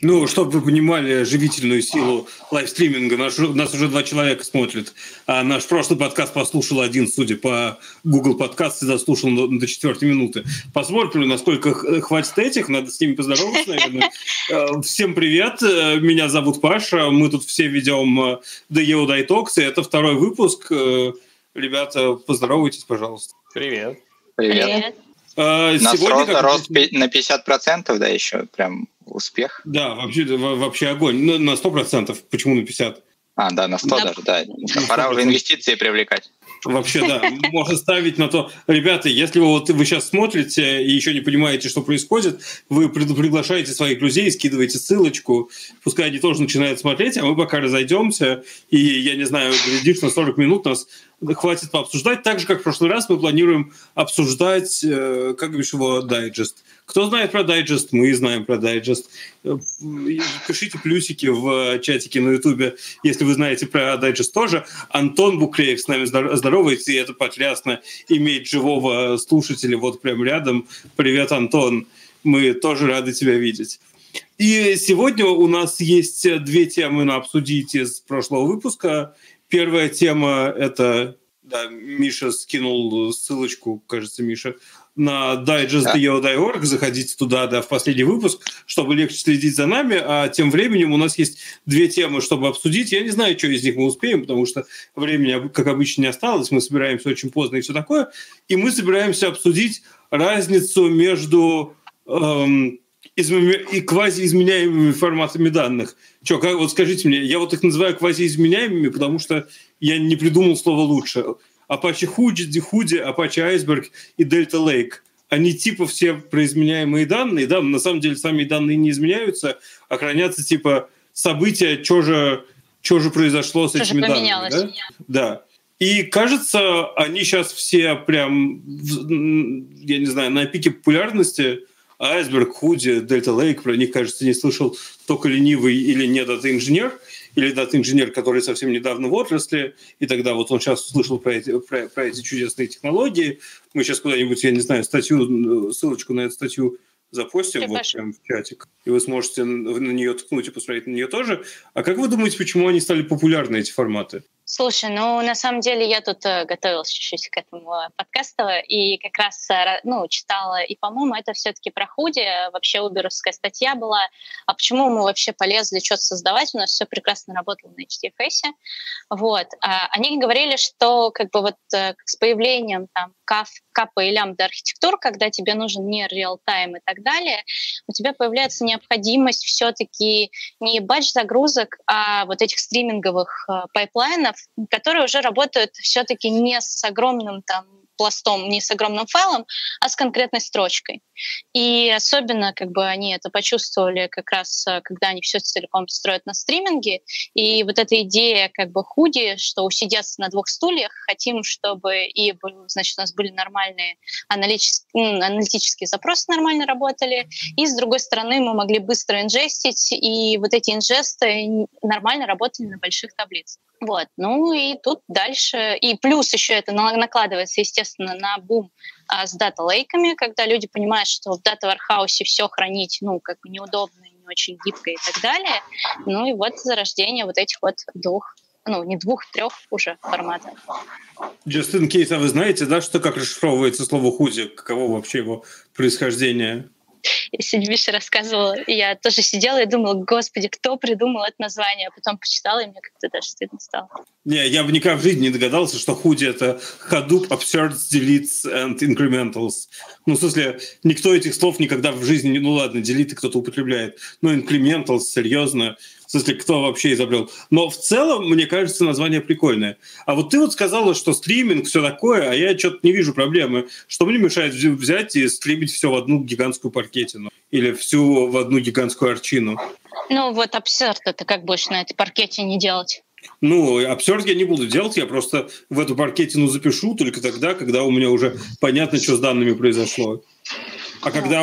Ну, чтобы вы понимали живительную силу лайвстриминга, нас уже 2 человека смотрят, а наш прошлый подкаст послушал 1, судя по Google Подкаст, и дослушал до 4 минуты. Посмотрим, насколько хватит этих, надо с ними поздороваться, наверное. Всем привет, меня зовут Паша, мы тут все ведем DEO Die Talks, и это 2-й выпуск. Ребята, поздоровайтесь, пожалуйста. Привет. Привет. Сегодня рост на 50%, да, еще прям успех. Да, вообще огонь. На 100%. Почему на 50%? Да, на 100 даже, да. Пора уже инвестиции привлекать. Вообще, да. Можно ставить на то. Ребята, если вы сейчас смотрите и еще не понимаете, что происходит, вы приглашаете своих друзей, скидываете ссылочку, пускай они тоже начинают смотреть, а мы пока разойдемся, и, я не знаю, глядишь, на 40 минут нас хватит пообсуждать. Так же, как в прошлый раз, мы планируем обсуждать, как бишь его, дайджест. Кто знает про дайджест? Мы знаем про дайджест. Пишите плюсики в чатике на Ютубе, если вы знаете про дайджест тоже. Антон Букреев с нами здоровается, и это потрясно иметь живого слушателя вот прямо рядом. Привет, Антон. Мы тоже рады тебя видеть. И сегодня у нас есть 2 темы на обсудить из прошлого выпуска. Первая тема – это, да, Миша скинул ссылочку, кажется, Миша, на digest.io.org, заходите туда, да, в последний выпуск, чтобы легче следить за нами, а тем временем у нас есть 2 темы, чтобы обсудить. Я не знаю, что из них мы успеем, потому что времени, как обычно, не осталось, мы собираемся очень поздно и все такое, и мы собираемся обсудить разницу между и квазиизменяемыми форматами данных. Вот скажите мне, я вот их называю квазиизменяемыми, потому что я не придумал слово лучше. Apache Hudi, Apache Iceberg и Delta Lake. Они типа все произменяемые данные, да, но на самом деле сами данные не изменяются, а хранятся типа события, что же произошло с этими данными. Да? Да. И кажется, они сейчас все прям, я не знаю, на пике популярности. Iceberg, Hudi, Delta Lake, про них, кажется, не слышал только ленивый или не дата-инженер, или дата-инженер, который совсем недавно в отрасли, и тогда вот он сейчас услышал про эти чудесные технологии. Мы сейчас куда-нибудь, я не знаю, ссылочку на эту статью запостим вот прям в чатик, и вы сможете на нее ткнуть и посмотреть на нее тоже. А как вы думаете, почему они стали популярны, эти форматы? Слушай, на самом деле я тут готовилась чуть-чуть к этому подкасту и как раз читала, и, по-моему, это все-таки про Худи, вообще уберовская статья была, а почему мы вообще полезли что-то создавать, у нас все прекрасно работало на HDFS. Вот. Они говорили, что как бы вот с появлением там капа и лямбда архитектур, когда тебе нужен не реал-тайм и так далее, у тебя появляется необходимость все-таки не батч-загрузок, а вот этих стриминговых пайплайнов, которые уже работают все-таки не с огромным там пластом, не с огромным файлом, а с конкретной строчкой. И особенно как бы они это почувствовали как раз, когда они все целиком строят на стриминге. И вот эта идея как бы Худи, что усидеться на 2 стульях, хотим, чтобы и, значит, у нас были нормальные аналитические запросы нормально работали, и с другой стороны мы могли быстро инжестить, и вот эти инжесты нормально работали на больших таблицах. Вот. Ну и тут дальше, и плюс еще это накладывается, естественно, на бум с дата-лейками, когда люди понимают, что в дата-вархаусе все хранить, как бы неудобно, не очень гибко и так далее. Ну и вот зарождение вот этих вот 2, не 2, 3 уже форматов. Just in case, а вы знаете, да, что как расшифровывается слово «худи», каково вообще его происхождение? Я сегодня Миша рассказывала, я тоже сидела и думала, господи, кто придумал это название, а потом почитала, и мне как-то даже стыдно стало. Не, я бы никак в жизни не догадался, что Худи — это Hadoop, Absurds, Deletes and Incrementals. В смысле, никто этих слов никогда в жизни, ладно, делиты кто-то употребляет, но Incrementals, серьезно, в смысле, кто вообще изобрел. Но в целом, мне кажется, название прикольное. А вот ты вот сказала, что стриминг, все такое, а я что-то не вижу проблемы. Что мне мешает взять и стримить все в одну гигантскую паркетину? Или всю в одну гигантскую арчину? Вот абсурд, это как будешь на этой паркетине делать? Абсурд я не буду делать, я просто в эту паркетину запишу только тогда, когда у меня уже понятно, что с данными произошло. А когда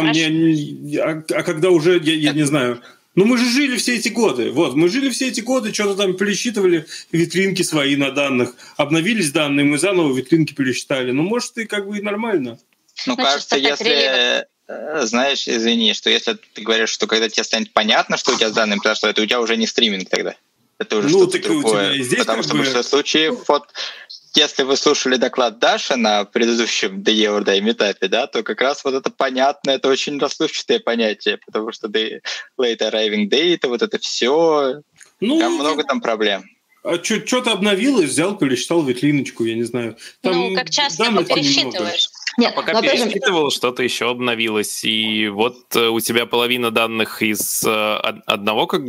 когда уже, я не знаю... мы же жили все эти годы. Вот, мы жили все эти годы, что-то там пересчитывали витринки свои на данных. Обновились данные, мы заново витринки пересчитали. Может, и как бы и нормально. Кажется, если знаешь, извини, что если ты говоришь, что когда тебе станет понятно, что у тебя с данными произошло, это у тебя уже не стриминг тогда. Это уже что-то другое. Потому что в большинстве случаев, вот, если вы слушали доклад Даши на предыдущем Day or Die метапе, да, то как раз вот это понятно, это очень расплывчатое понятие, потому что late arriving date, вот это все, там много там проблем. А что-то обновилось, взял, пересчитал витриночку, я не знаю. Там как часто ты пересчитываешь? Нет, пока пересчитывал, что-то еще обновилось, и вот у тебя половина данных из одного как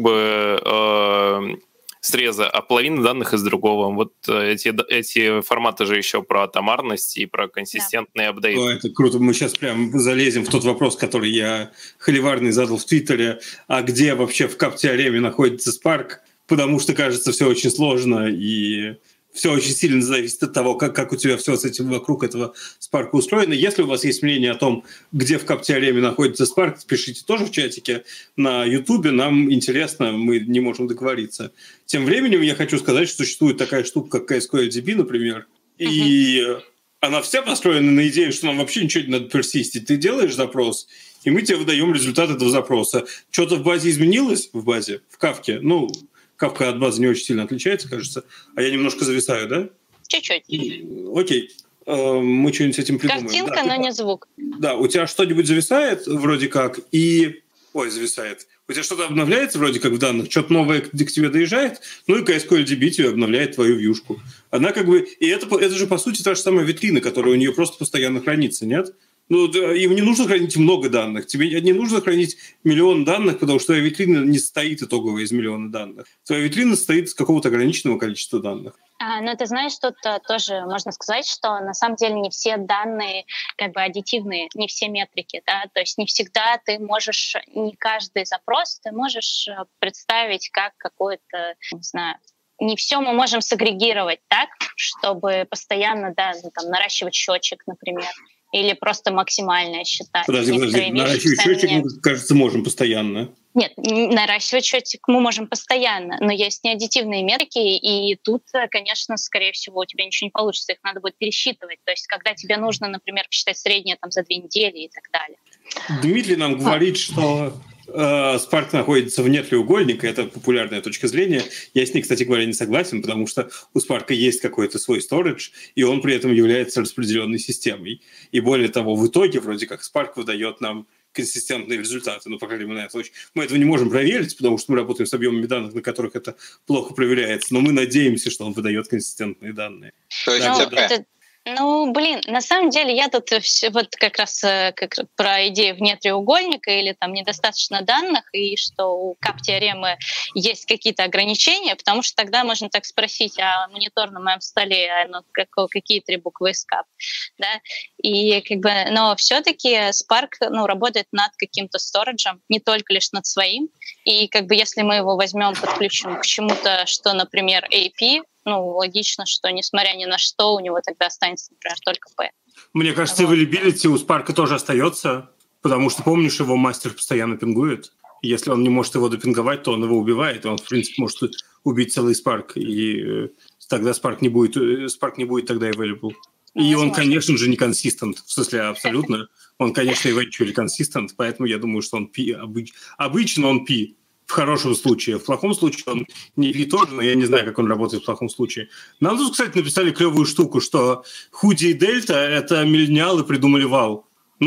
бы среза, а половина данных из другого. Вот эти форматы же еще про атомарность и про консистентный апдейт. Это круто. Мы сейчас прям залезем в тот вопрос, который я холиварный задал в Твиттере. А где вообще в кап-теореме находится Spark? Потому что, кажется, все очень сложно, и все очень сильно зависит от того, как у тебя все с этим вокруг этого Spark устроено. Если у вас есть мнение о том, где в кап-теореме находится Spark, пишите тоже в чатике на YouTube. Нам интересно, мы не можем договориться. Тем временем я хочу сказать, что существует такая штука, как KSQLDB, например, и она вся построена на идее, что нам вообще ничего не надо персистить. Ты делаешь запрос, и мы тебе выдаем результат этого запроса. Что-то в базе изменилось? В базе? В Кавке? Кавка от базы не очень сильно отличается, кажется. А я немножко зависаю, да? Чуть-чуть. Окей. Мы что-нибудь с этим придумаем. Картинка, но не звук. Да, у тебя что-нибудь зависает вроде как, зависает. У тебя что-то обновляется вроде как в данных, что-то новое к тебе доезжает, и KSQLDB тебе обновляет твою вьюшку. Она как бы... И это же, по сути, та же самая витрина, которая у нее просто постоянно хранится, нет? Им не нужно хранить много данных. Тебе не нужно хранить миллион данных, потому что твоя витрина не состоит итогово из миллиона данных. Твоя витрина состоит из какого-то ограниченного количества данных. Но ты знаешь, тут тоже можно сказать, что на самом деле не все данные как бы аддитивные, не все метрики, да, то есть не всегда ты можешь, не каждый запрос ты можешь представить как какой-то, не знаю, не все мы можем сагрегировать так, чтобы постоянно, наращивать счетчик, например, или просто максимально считать. Подожди, наращивать счетчик, мы, кажется, можем постоянно. Нет, наращивать счетчик мы можем постоянно, но есть неаддитивные метрики, и тут, конечно, скорее всего, у тебя ничего не получится, их надо будет пересчитывать. То есть, когда тебе нужно, например, посчитать среднее за 2 недели и так далее. Дмитрий нам говорит, что Spark находится вне треугольника, это популярная точка зрения. Я с ней, кстати говоря, не согласен, потому что у Spark есть какой-то свой storage, и он при этом является распределенной системой. И более того, в итоге вроде как Spark выдает нам консистентные результаты. По крайней мере, на этот случай. Мы этого не можем проверить, потому что мы работаем с объемами данных, на которых это плохо проверяется, но мы надеемся, что он выдает консистентные данные. То есть на самом деле я тут вот как раз про идею вне треугольника или недостаточно данных, и что у кап-теоремы есть какие-то ограничения, потому что тогда можно так спросить, а монитор на моем столе, какие 3 буквы из кап, да? И но все-таки Spark работает над каким-то сториджем, не только лишь над своим, и если мы его возьмем, подключим к чему-то, что, например, AP, логично, что, несмотря ни на что, у него тогда останется, например, только P. Мне кажется, availability у Spark тоже остается, потому что, помнишь, его мастер постоянно пингует. Если он не может его допинговать, то он его убивает, и он, в принципе, может убить целый Spark, и тогда Spark не будет тогда available. И он, конечно же, не консистент, в смысле, абсолютно. Он, конечно, eventually консистент, поэтому я думаю, что он P. Обычно он P. В хорошем случае. В плохом случае он не P тоже, но я не знаю, как он работает в плохом случае. Нам тут, кстати, написали клевую штуку, что Худи и Дельта — это миллениалы придумали вал.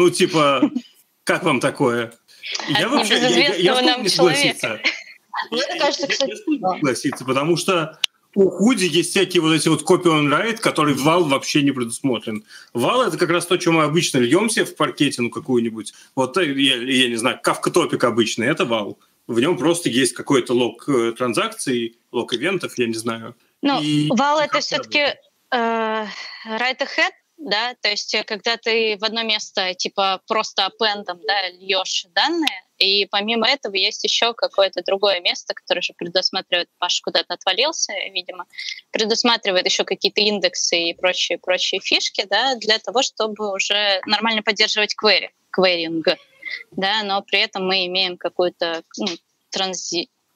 Как вам такое? Я вообще не согласиться. Мне кажется, кстати, согласиться, потому что у Худи есть всякие вот эти вот copy on write, которые в вал вообще не предусмотрен. Вал — это как раз то, чем мы обычно льем себе в паркете, какую-нибудь. Вот я не знаю, Kafka Topic обычный — это вал. В нем просто есть какой-то лог транзакций, лог ивентов, я не знаю. Вал — это все-таки write ahead, да, то есть когда ты в одно место просто append'ом, льешь данные, и помимо этого есть еще какое-то другое место, которое же предусматривает, Паша куда-то отвалился, видимо, предусматривает еще какие-то индексы и прочие фишки, да, для того, чтобы уже нормально поддерживать querying, да, но при этом мы имеем какую-то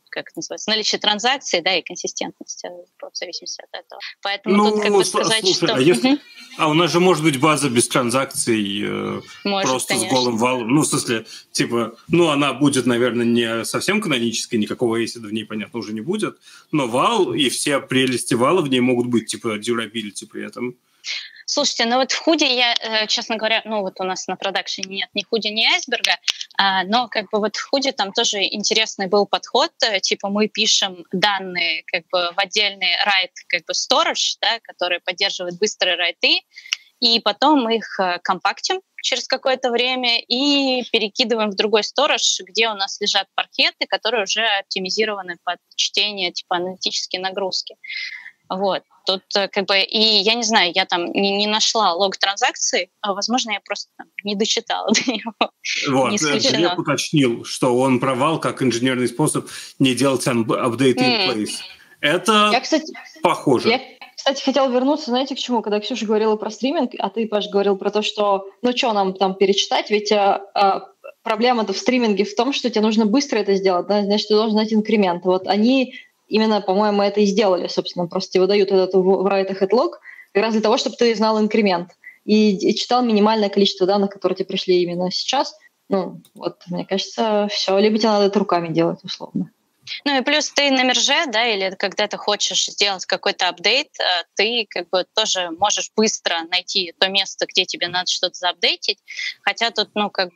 как это называется, наличие транзакций, да, и консистентность в зависимости от этого. Поэтому тут как бы сказать, слушай, что... А у нас же может быть база без транзакций, может, просто конечно. с голым валом. Ну, в смысле, типа, она будет, наверное, не совсем канонической, никакого ACID в ней, понятно, уже не будет, но вал и все прелести вала в ней могут быть, типа, durability при этом. Слушайте, вот в худе я, честно говоря, вот у нас на продакшене нет ни худи, ни айсберга, но как бы вот в худе там тоже интересный был подход, типа мы пишем данные как бы в отдельный write как бы storage, да, который поддерживает быстрые райты, и потом мы их компактим через какое-то время и перекидываем в другой storage, где у нас лежат паркеты, которые уже оптимизированы под чтение, типа аналитические нагрузки. Вот. Тут как бы, и я не знаю, я там не нашла лог транзакций, возможно, я просто не дочитала до него. Вот, Глеб уточнил, что он провал как инженерный способ не делать update in place. Это похоже. Я, кстати, хотела вернуться, знаете, к чему? Когда Ксюша говорила про стриминг, а ты, Паш, говорил про то, что, что нам там перечитать, ведь проблема-то в стриминге в том, что тебе нужно быстро это сделать, да? Значит, ты должен знать инкремент. Вот они... Именно, по-моему, это и сделали, собственно. Просто тебе выдают этот в write headlog как раз для того, чтобы ты знал инкремент и читал минимальное количество данных, которые тебе пришли именно сейчас. Мне кажется, все. Либо тебе надо это руками делать, условно. И плюс ты на мерже, да, или когда ты хочешь сделать какой-то апдейт, ты как бы тоже можешь быстро найти то место, где тебе надо что-то заапдейтить. Хотя тут,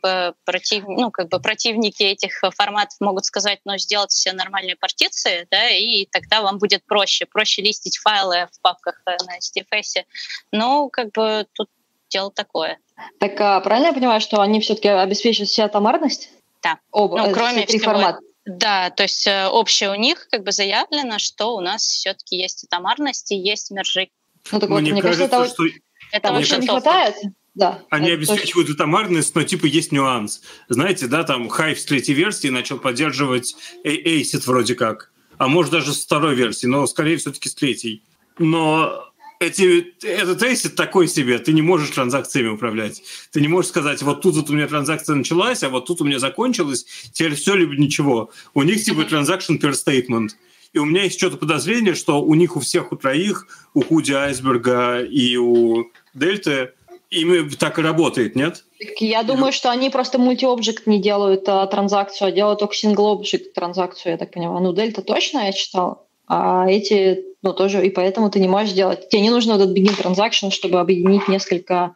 противники этих форматов могут сказать, сделать все нормальные партиции, да, и тогда вам будет проще листить файлы в папках на SDFS. Но как бы тут дело такое. Так правильно я понимаю, что они все-таки обеспечивают себе атомарность? Да. Кроме всего. Формата. Да, то есть общее у них как бы заявлено, что у нас все-таки есть атомарность и есть мержи. Мне кажется, что этого очень не хватает. Да, они обеспечивают атомарность, но типа есть нюанс. Знаете, да, там Hive с третьей версии начал поддерживать ACID вроде как, а может даже с второй версии, но скорее все-таки с третьей. Но этот ACID такой себе, ты не можешь транзакциями управлять. Ты не можешь сказать, вот тут вот у меня транзакция началась, а вот тут у меня закончилась, теперь все либо ничего. У них типа transaction per statement. И у меня есть что-то подозрение, что у них у всех, у троих, у Худи, Айсберга и у Дельты, им так и работает, нет? Я думаю, что они просто мульти-объект не делают транзакцию, а делают только сингл-объект транзакцию, я так понимаю. Дельта точно я читала. А эти, тоже, и поэтому ты не можешь делать. Тебе не нужно этот begin transaction, чтобы объединить несколько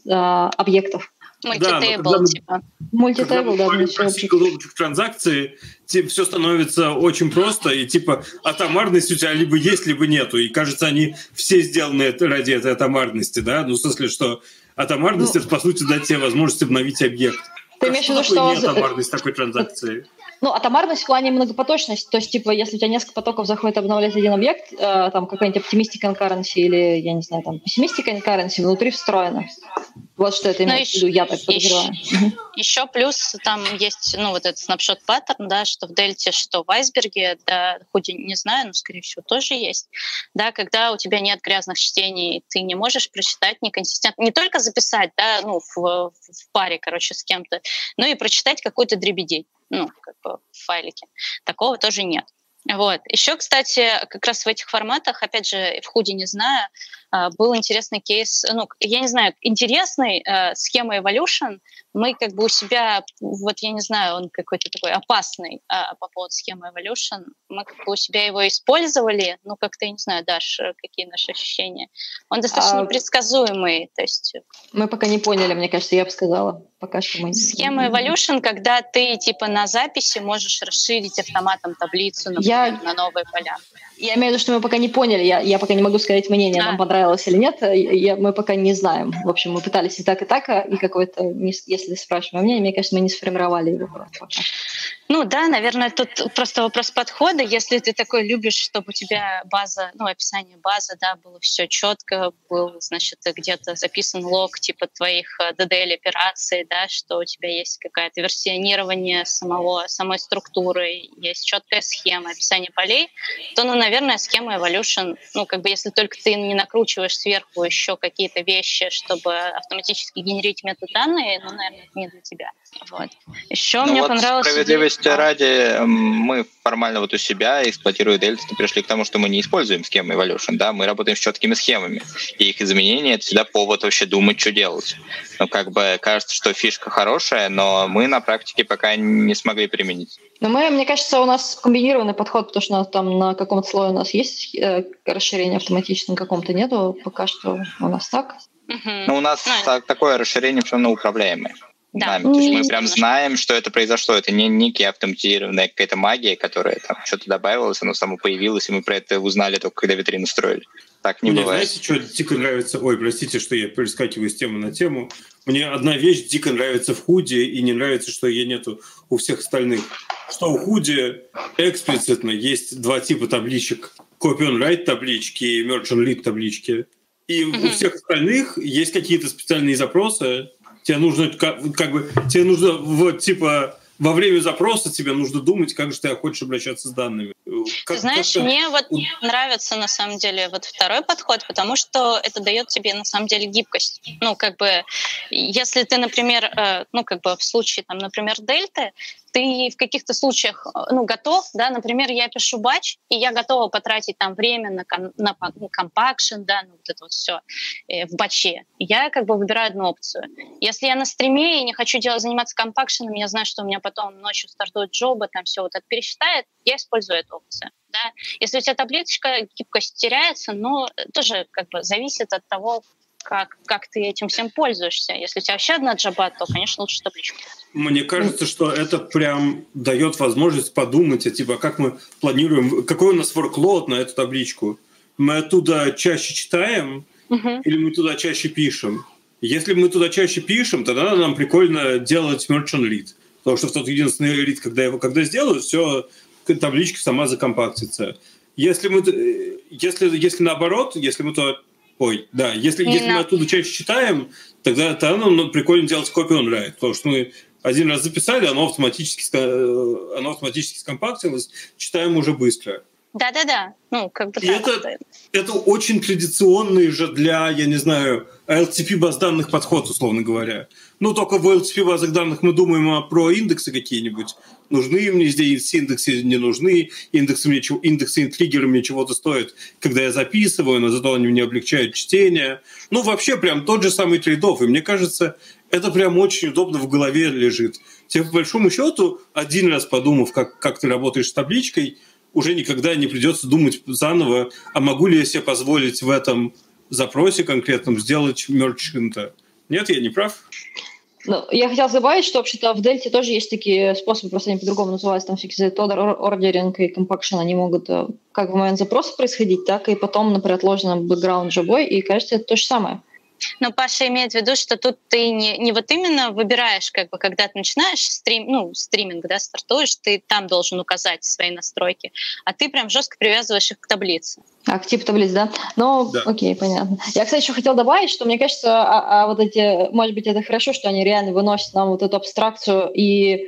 объектов. Мультитейбл, типа. Мультитейбл, да. Single-object транзакции, все становится очень просто, и типа атомарность у тебя либо есть, либо нету. И кажется, они все сделаны ради этой атомарности, да? В смысле, что атомарность это, по сути, дать тебе возможность обновить объект. Ты имеешь в виду, что... не атомарность такой транзакции? Атомарность в плане многопоточности. То есть, если у тебя несколько потоков заходит обновлять один объект, там какой-нибудь optimistic concurrency или, я не знаю, там pessimistic concurrency внутри встроено. Вот что это имеет в виду, я так подозреваю. Еще плюс там есть, этот snapshot паттерн, да, что в Дельте, что в Айсберге, да, хоть и не знаю, но, скорее всего, тоже есть. Да, когда у тебя нет грязных чтений, ты не можешь прочитать неконсистентно, не только записать, да, в паре, с кем-то, но и прочитать какой-то дребедень. В файлике. Такого тоже нет. Вот. Еще, кстати, как раз в этих форматах, опять же, в худе не знаю, был интересный кейс, я не знаю, интересный схема Evolution. Мы как бы у себя, я не знаю, он какой-то такой опасный по поводу схемы Evolution. Мы как бы у себя его использовали, как-то, я не знаю, Даш, какие наши ощущения. Он достаточно непредсказуемый, то есть... Мы пока не поняли, мне кажется, я бы сказала. Пока что мы... Схема Evolution, когда ты типа на записи можешь расширить автоматом таблицу, например, на новые поля. Я имею в виду, что мы пока не поняли, я пока не могу сказать мнение, нам понравилось или нет, мы пока не знаем. В общем, мы пытались и так, и какой-то, если спрашиваем мнение, мне кажется, мы не сформировали его пока. Да, наверное, тут просто вопрос подхода. Если ты такой любишь, чтобы у тебя база, описание базы, да, было все четко, был, значит, где-то записан лог типа твоих DDL-операций, да, что у тебя есть какое-то версионирование самой структуры, есть четкая схема, описание полей, то, наверное, схема Evolution, если только ты не накручиваешь сверху еще какие-то вещи, чтобы автоматически генерить метаданные, наверное, это не для тебя. Вот. Еще мне понравилось... Справедливости ради, мы формально вот у себя, эксплуатируя Delta, пришли к тому, что мы не используем схемы Evolution, да, мы работаем с четкими схемами, и их изменение — это всегда повод вообще думать, что делать. Ну, как бы кажется, что фишка хорошая, но мы на практике пока не смогли применить. Но мне кажется, у нас комбинированный подход, потому что там на каком-то слое у нас есть расширение автоматически, на каком-то нету, пока что у нас так. Ну, у нас такое расширение все равно управляемое. Да. То есть мы прям знаем, что это произошло. Это не некая автоматизированная какая-то магия, которая там что-то добавилась, оно само появилось, и мы про это узнали только когда витрину строили. Так не бывает. Знаете, что дико нравится? Ой, простите, что я перескакиваю с темы на тему. Мне одна вещь дико нравится в худе, и не нравится, что ее нету у всех остальных. Что у худе эксплицитно есть два типа табличек. Copy on write таблички и merge on read таблички. И у всех остальных есть какие-то специальные запросы. Тебе нужно тебе нужно во время запроса тебе нужно думать, как же ты хочешь обращаться с данными. Знаешь, мне вот нравится на самом деле вот второй подход, потому что это дает тебе на самом деле гибкость. Ну, как бы, если ты, например, в случае, там, например, дельты, ты в каких-то случаях, готов, да, например, я пишу батч, и я готова потратить там время на компакшн, да, вот это вот все в батче. Я выбираю одну опцию. Если я на стриме и не хочу заниматься компакшеном, я знаю, что у меня потом ночью стартует джоба, там все вот это пересчитает, я использую эту опцию. Да. Если у тебя табличка, гибкость теряется, но тоже зависит от того, как ты этим всем пользуешься. Если у тебя вообще одна джаба, то, конечно, лучше табличку. Мне кажется, что это прям дает возможность подумать, как мы планируем, какой у нас workload на эту табличку. Мы оттуда чаще читаем или мы туда чаще пишем? Если мы туда чаще пишем, тогда нам прикольно делать merge on read. Потому что в тот единственный read, когда сделаю, все, табличка сама закомпактится. Если наоборот, если мы оттуда чаще читаем, тогда нам прикольно делать copy on write, потому что мы один раз записали, оно автоматически скомпактилось, читаем уже быстро. Да-да-да. Это очень традиционный же для, я не знаю, LTP баз данных подход, условно говоря. Только в LTP базах данных мы думаем про индексы какие-нибудь. Нужны мне здесь индексы, не нужны. Индексы и триггеры мне чего-то стоят, когда я записываю, но зато они мне облегчают чтение. Вообще прям тот же самый трейд-офф. И мне кажется, это прям очень удобно в голове лежит. Тебе, по большому счету, один раз подумав, как ты работаешь с табличкой, уже никогда не придется думать заново, а могу ли я себе позволить в этом запросе конкретном сделать мерч-инта. Нет, я не прав? Я хотела добавить, что вообще-то в Дельте тоже есть такие способы, просто они по-другому называются, там всякие ордеринг и компакшн, они могут как в момент запроса происходить, так и потом, например, отложенным бэкграунд джабой, и, кажется, это то же самое. Но Паша имеет в виду, что тут ты не вот именно выбираешь, когда ты начинаешь стриминг, да, стартуешь, ты там должен указать свои настройки, а ты прям жестко привязываешь их к таблице. К типу таблиц, да? Да. Окей, понятно. Я, кстати, еще хотела добавить, что мне кажется, вот эти, может быть, это хорошо, что они реально выносят нам вот эту абстракцию и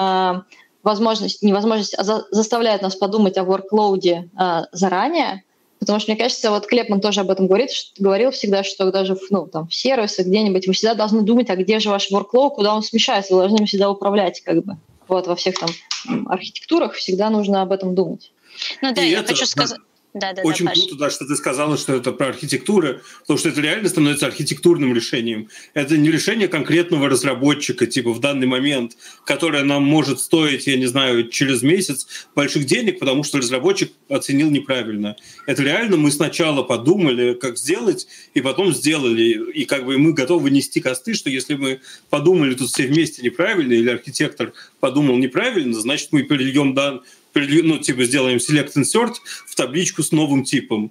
невозможность, заставляют нас подумать о ворклоуде заранее. Потому что, мне кажется, вот Клепман тоже об этом говорил всегда, что даже в сервисах где-нибудь вы всегда должны думать, а где же ваш workload, куда он смещается, вы должны им всегда управлять, Вот во всех архитектурах всегда нужно об этом думать. Я хочу сказать... Очень круто, что ты сказала, что это про архитектуру, потому что это реально становится архитектурным решением. Это не решение конкретного разработчика, в данный момент, которое нам может стоить, я не знаю, через месяц больших денег, потому что разработчик оценил неправильно. Это реально мы сначала подумали, как сделать, и потом сделали. И мы готовы нести косты, что если мы подумали тут все вместе неправильно, или архитектор подумал неправильно, значит, мы перельем сделаем select insert в табличку с новым типом,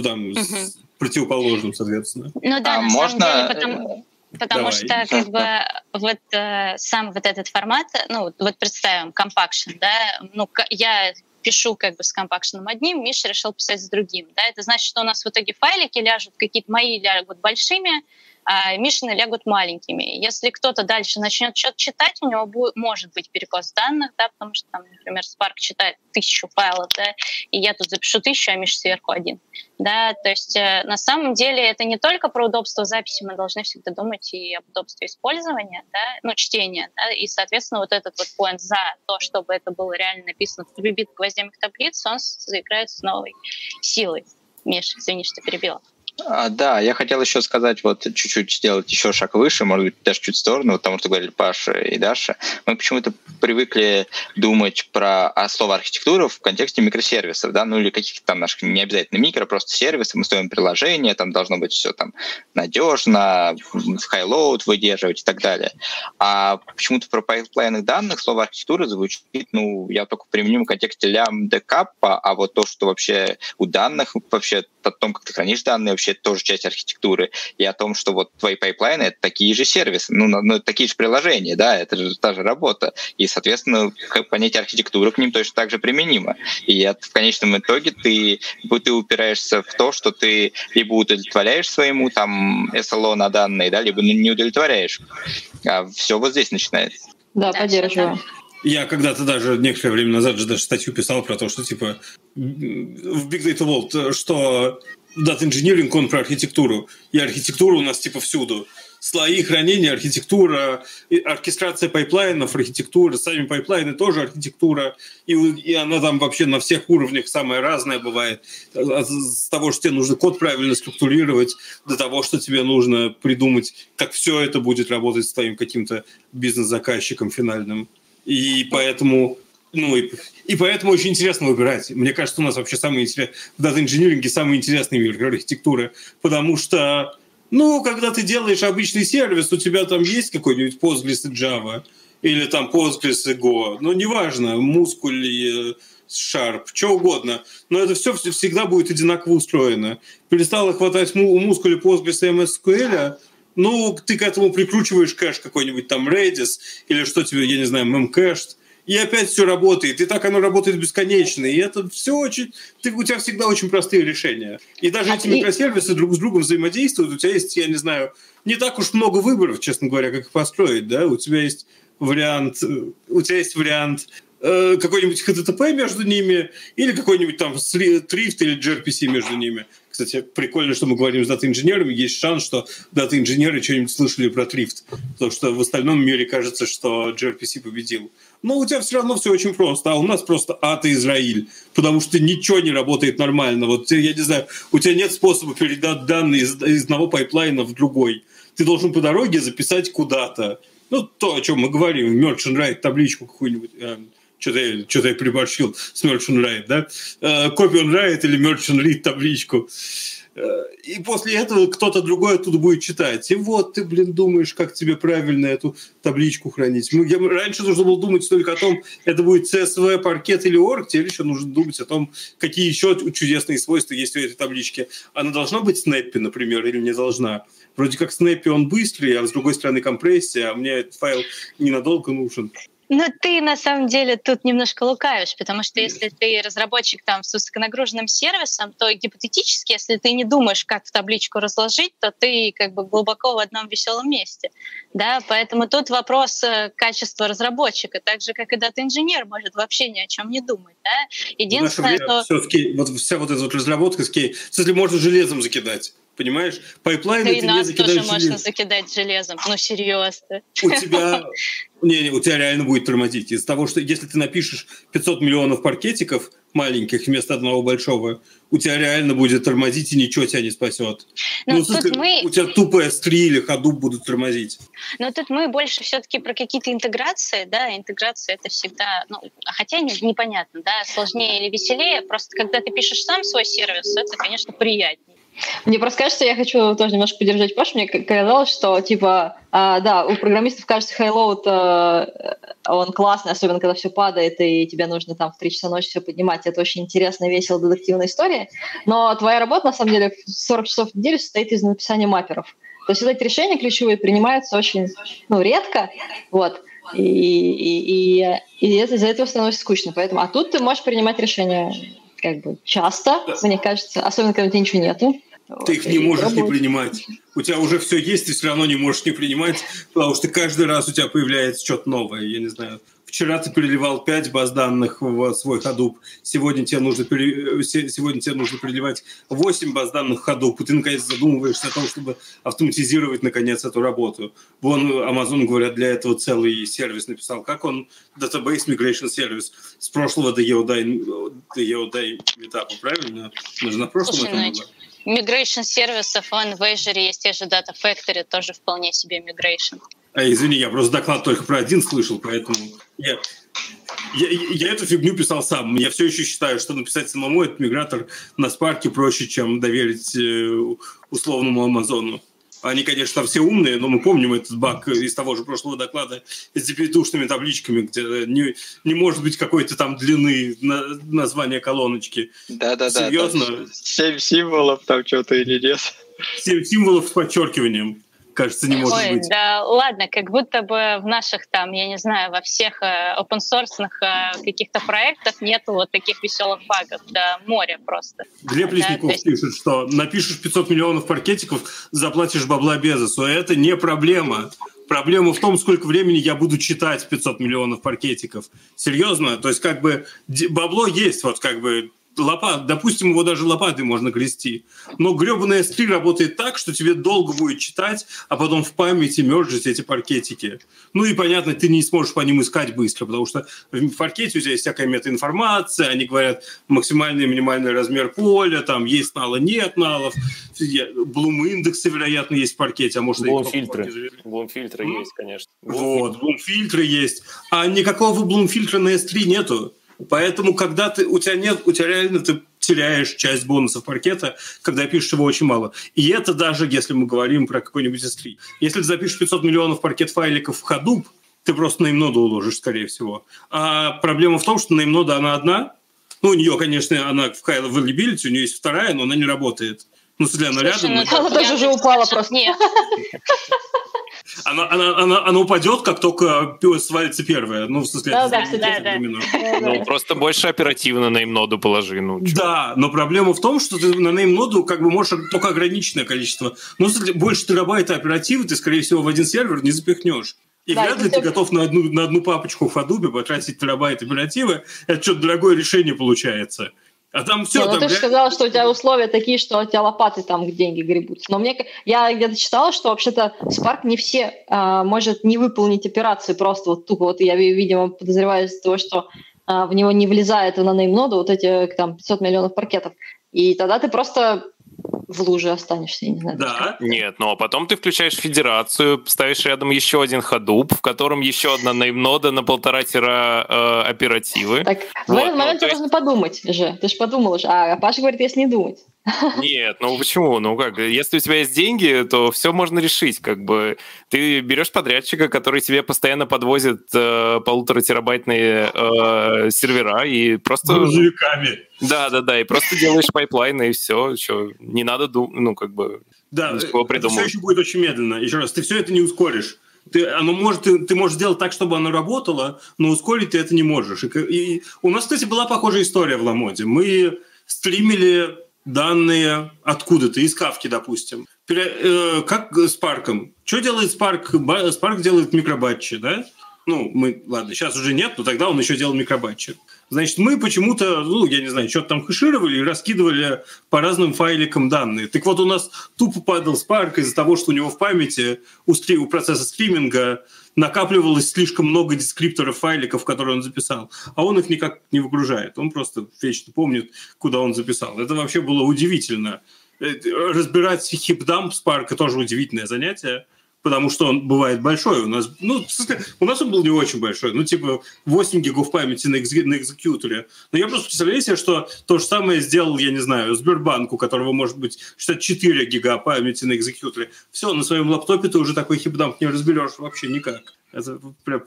с противоположным, соответственно. На самом деле, потому что сам вот этот формат, представим компакшн, да, я пишу с компакшеном одним, Миша решил писать с другим, да, это значит, что у нас в итоге файлики ляжут, какие-то мои лягут большими, а мишины лягут маленькими. Если кто-то дальше начнет что-то читать, у него может быть перекос данных, да, потому что, там, например, Spark читает 1000 файлов, да, и я тут запишу 1000, а Миша сверху 1. Да, то есть на самом деле это не только про удобство записи, мы должны всегда думать и об удобстве использования, да, ну, чтения, да, и, соответственно, вот этот вот поинт за то, чтобы это было реально написано в трубит гвоздями таблиц, он заиграет с новой силой. Миша, извини, что перебила. Да, я хотел еще сказать, вот чуть-чуть сделать еще шаг выше, может быть, даже чуть в сторону, вот тому, что говорили Паша и Даша. Мы почему-то привыкли думать про слово архитектуру в контексте микросервисов, да, ну или каких-то там наших, не обязательно микро, просто сервисы, мы строим приложение, там должно быть все там надежно, high-load выдерживать и так далее. А почему-то про пайплайны данных слово архитектура звучит, ну, я только применим в контексте лямбда каппа, а вот то, что вообще у данных, вообще о том, как ты хранишь данные, вообще это тоже часть архитектуры, и о том, что вот твои пайплайны — это такие же сервисы, ну такие же приложения, да, это же та же работа, и, соответственно, понятие архитектуры к ним точно так же применимо. И в конечном итоге ты упираешься в то, что ты либо удовлетворяешь своему там SLO на данные, да, либо не удовлетворяешь. А все вот здесь начинается. Да, поддерживаю. Я когда-то даже некоторое время назад же даже статью писал про то, что типа в Big Data World, что Data Engineering, он про архитектуру. И архитектура у нас типа всюду. Слои хранения, архитектура, оркестрация пайплайнов, архитектура, сами пайплайны тоже архитектура. И она там вообще на всех уровнях самая разная бывает. С того, что тебе нужно код правильно структурировать, до того, что тебе нужно придумать, как все это будет работать с твоим каким-то бизнес-заказчиком финальным. И поэтому, поэтому очень интересно выбирать. Мне кажется, у нас вообще в дата-инжиниринге самый интересный мир архитектуры, потому что, когда ты делаешь обычный сервис, у тебя там есть какой-нибудь Postgres и Java, или там Postgres и Go, неважно, Muscle или Sharp, что угодно, но это все всегда будет одинаково устроено. Перестало хватать Muscle, Postgres и MSQL, ты к этому прикручиваешь кэш какой-нибудь там Redis или что тебе, я не знаю, Memcached, и опять все работает. И так оно работает бесконечно. И это все у тебя всегда очень простые решения. И даже эти микросервисы друг с другом взаимодействуют. У тебя есть, я не знаю, не так уж много выборов, честно говоря, как их построить. Да? У тебя есть вариант какой-нибудь HTTP между ними или какой-нибудь там Thrift или gRPC между ними. Кстати, прикольно, что мы говорим с дата-инженерами. Есть шанс, что дата-инженеры что-нибудь слышали про Thrift, потому что в остальном мире кажется, что gRPC победил. Но у тебя все равно все очень просто, а у нас просто ад и Израиль, потому что ничего не работает нормально. Вот я не знаю, у тебя нет способа передать данные из одного пайплайна в другой. Ты должен по дороге записать куда-то. То, о чем мы говорим, в Merge and Write табличку какую-нибудь. Что-то я приборщил с Merge and Write, да? Copy and Write или Merge and Read табличку. И после этого кто-то другой оттуда будет читать. И вот ты, думаешь, как тебе правильно эту табличку хранить. Раньше нужно было думать только о том, это будет CSV, паркет или org, теперь еще нужно думать о том, какие еще чудесные свойства есть у этой таблички. Она должна быть Snappy, например, или не должна? Вроде как Snappy он быстрый, а с другой стороны компрессия, а мне этот файл ненадолго нужен. Ты на самом деле тут немножко лукавишь, потому что если ты разработчик там с высоконагруженным сервисом, то гипотетически, если ты не думаешь, как в табличку разложить, то ты глубоко в одном веселом месте. Да? Поэтому тут вопрос качества разработчика, так же, как и дата-инженер может вообще ни о чем не думать. Да? Единственное, что... Вся вот эта вот разработка, если можно железом закидать. Понимаешь? Пайплайны ты не закидаешь железом. Можно закидать железом. Серьезно. У тебя реально будет тормозить. Из-за того, что если ты напишешь 500 миллионов паркетиков маленьких вместо одного большого, у тебя реально будет тормозить, и ничего тебя не спасет. У тебя тупо S3 или Hadoop будут тормозить. Но тут мы больше все-таки про какие-то интеграции, да, интеграция это всегда, хотя непонятно, да, сложнее или веселее, просто когда ты пишешь сам свой сервис, это, конечно, приятнее. Мне просто кажется, я хочу тоже немножко поддержать Пашу. Мне казалось, что, у программистов кажется, high-load, он классный, особенно когда все падает, и тебе нужно там в 3 часа ночи все поднимать. Это очень интересная, веселая, дедуктивная история. Но твоя работа, на самом деле, в 40 часов в неделю состоит из написания мапперов. То есть эти решения ключевые принимаются очень редко, и из-за этого становится скучно. Поэтому, а тут ты можешь принимать решения часто, мне кажется, особенно когда у тебя ничего нету. Ты их не можешь не принимать. У тебя уже все есть, ты все равно не можешь не принимать, потому что каждый раз у тебя появляется что-то новое. Я не знаю. Вчера ты переливал 5 баз данных в свой Hadoop, сегодня тебе нужно переливать 8 баз данных в Hadoop, и ты наконец задумываешься о том, чтобы автоматизировать наконец эту работу. Вон Amazon, говорят, для этого целый сервис написал. Как он? Database Migration Service. С прошлого до EODI метапа, правильно? Нужно на прошлом это было. Migration сервисов, в Azure есть те же Data Factory, тоже вполне себе migration. Извини, я просто доклад только про один слышал, поэтому я эту фигню писал сам. Я все еще считаю, что написать самому этот мигратор на Spark проще, чем доверить условному Амазону. Они, конечно, там все умные, но мы помним этот баг из того же прошлого доклада с депетушными табличками, где не может быть какой-то там длины названия колоночки. Да-да-да. Серьезно? 7 символов там что-то или нет? 7 символов с подчеркиванием. Кажется, не может быть. Да ладно, как будто бы в наших там, я не знаю, во всех open-source каких-то проектах нету вот таких веселых багов. Да, море просто. Глеб Лесников пишет, что напишешь 500 миллионов паркетиков, заплатишь бабла Безосу. Это не проблема. Проблема в том, сколько времени я буду читать 500 миллионов паркетиков. Серьезно? То есть как бы бабло есть, вот как бы лопат, допустим, его даже лопатой можно грести. Но гребаная S3 работает так, что тебе долго будет читать, а потом в памяти мержить эти паркетики. Ну и, понятно, ты не сможешь по ним искать быстро, потому что в паркете у тебя есть всякая метаинформация, они говорят максимальный и минимальный размер поля, там есть налы, нет налов, блум-индексы, вероятно, есть в паркете, а может... Блум-фильтры. Блум-фильтры есть, конечно. Вот, блум-фильтры есть. А никакого блум-фильтра на S3 нету. Поэтому, когда у тебя реально ты теряешь часть бонусов паркета, когда пишешь его очень мало. И это даже, если мы говорим про какой-нибудь S3. Если ты запишешь 500 миллионов паркет-файликов в Hadoop, ты просто nameноду уложишь, скорее всего. А проблема в том, что nameнода, она одна. Ну, у нее, конечно, она в high availability, у нее есть вторая, но она не работает. Ну, если она рядом... Она тоже уже упала просто. Она упадет, как только свалится первая. Ну, в смысле, Ну, просто больше оперативно на nameноду положи. Да, но проблема в том, что ты на nameноду как бы можешь только ограниченное количество. Ну, больше терабайта оперативы ты, скорее всего, в один сервер не запихнешь. И вряд ли ты готов на одну папочку в Hadoop потратить терабайт оперативы. Это что-то дорогое решение получается. А там все. Ну, ты же сказала, что у тебя условия такие, что у тебя лопаты там деньги гребутся. Но я где-то читала, что вообще-то Spark не все может не выполнить операции просто вот тупо. Вот я, видимо, подозреваю из-за того, что в него не влезает на nameноду вот эти там 500 миллионов паркетов. И тогда ты просто в луже останешься, я не знаю. Да. Нет, ну а потом ты включаешь федерацию, ставишь рядом еще один Hadoop, в котором еще одна nameнода на 1,5 тера оперативы. Так, в этот момент тебе нужно подумать же. Ты же подумал уже. А Паша говорит, если не думать. Нет, ну почему? Ну как, если у тебя есть деньги, то все можно решить. Как бы ты берешь подрядчика, который тебе постоянно подвозит 1,5-терабайтные сервера и просто... Грузовиками. Да, и просто делаешь пайплайны, и все. Не надо думать, Да, это все еще будет очень медленно. Еще раз, ты все это не ускоришь. Ты можешь сделать так, чтобы оно работало, но ускорить ты это не можешь. И у нас, кстати, была похожая история в Ламоде. Мы стримили данные откуда-то, из Кавки, допустим. Как с Spark? Что делает Spark? Spark делает микробатчи, да? Ладно, сейчас уже нет, но тогда он еще делал микробатчи. Значит, мы почему-то, я не знаю, что-то там хэшировали и раскидывали по разным файликам данные. Так вот, у нас тупо падал Spark из-за того, что у него в памяти у процесса стриминга накапливалось слишком много дескрипторов файликов, которые он записал, а он их никак не выгружает. Он просто вечно помнит, куда он записал. Это вообще было удивительно. Разбирать хипдамп Spark тоже удивительное занятие, потому что он бывает большой. У нас он был не очень большой, 8 гигов памяти на экзекьюторе. Но я просто представляю себе, что то же самое сделал, я не знаю, Сбербанк, у которого может быть 64 гига памяти на экзекьюторе. Все, на своем лаптопе ты уже такой хипдамп не разберешь вообще никак. Это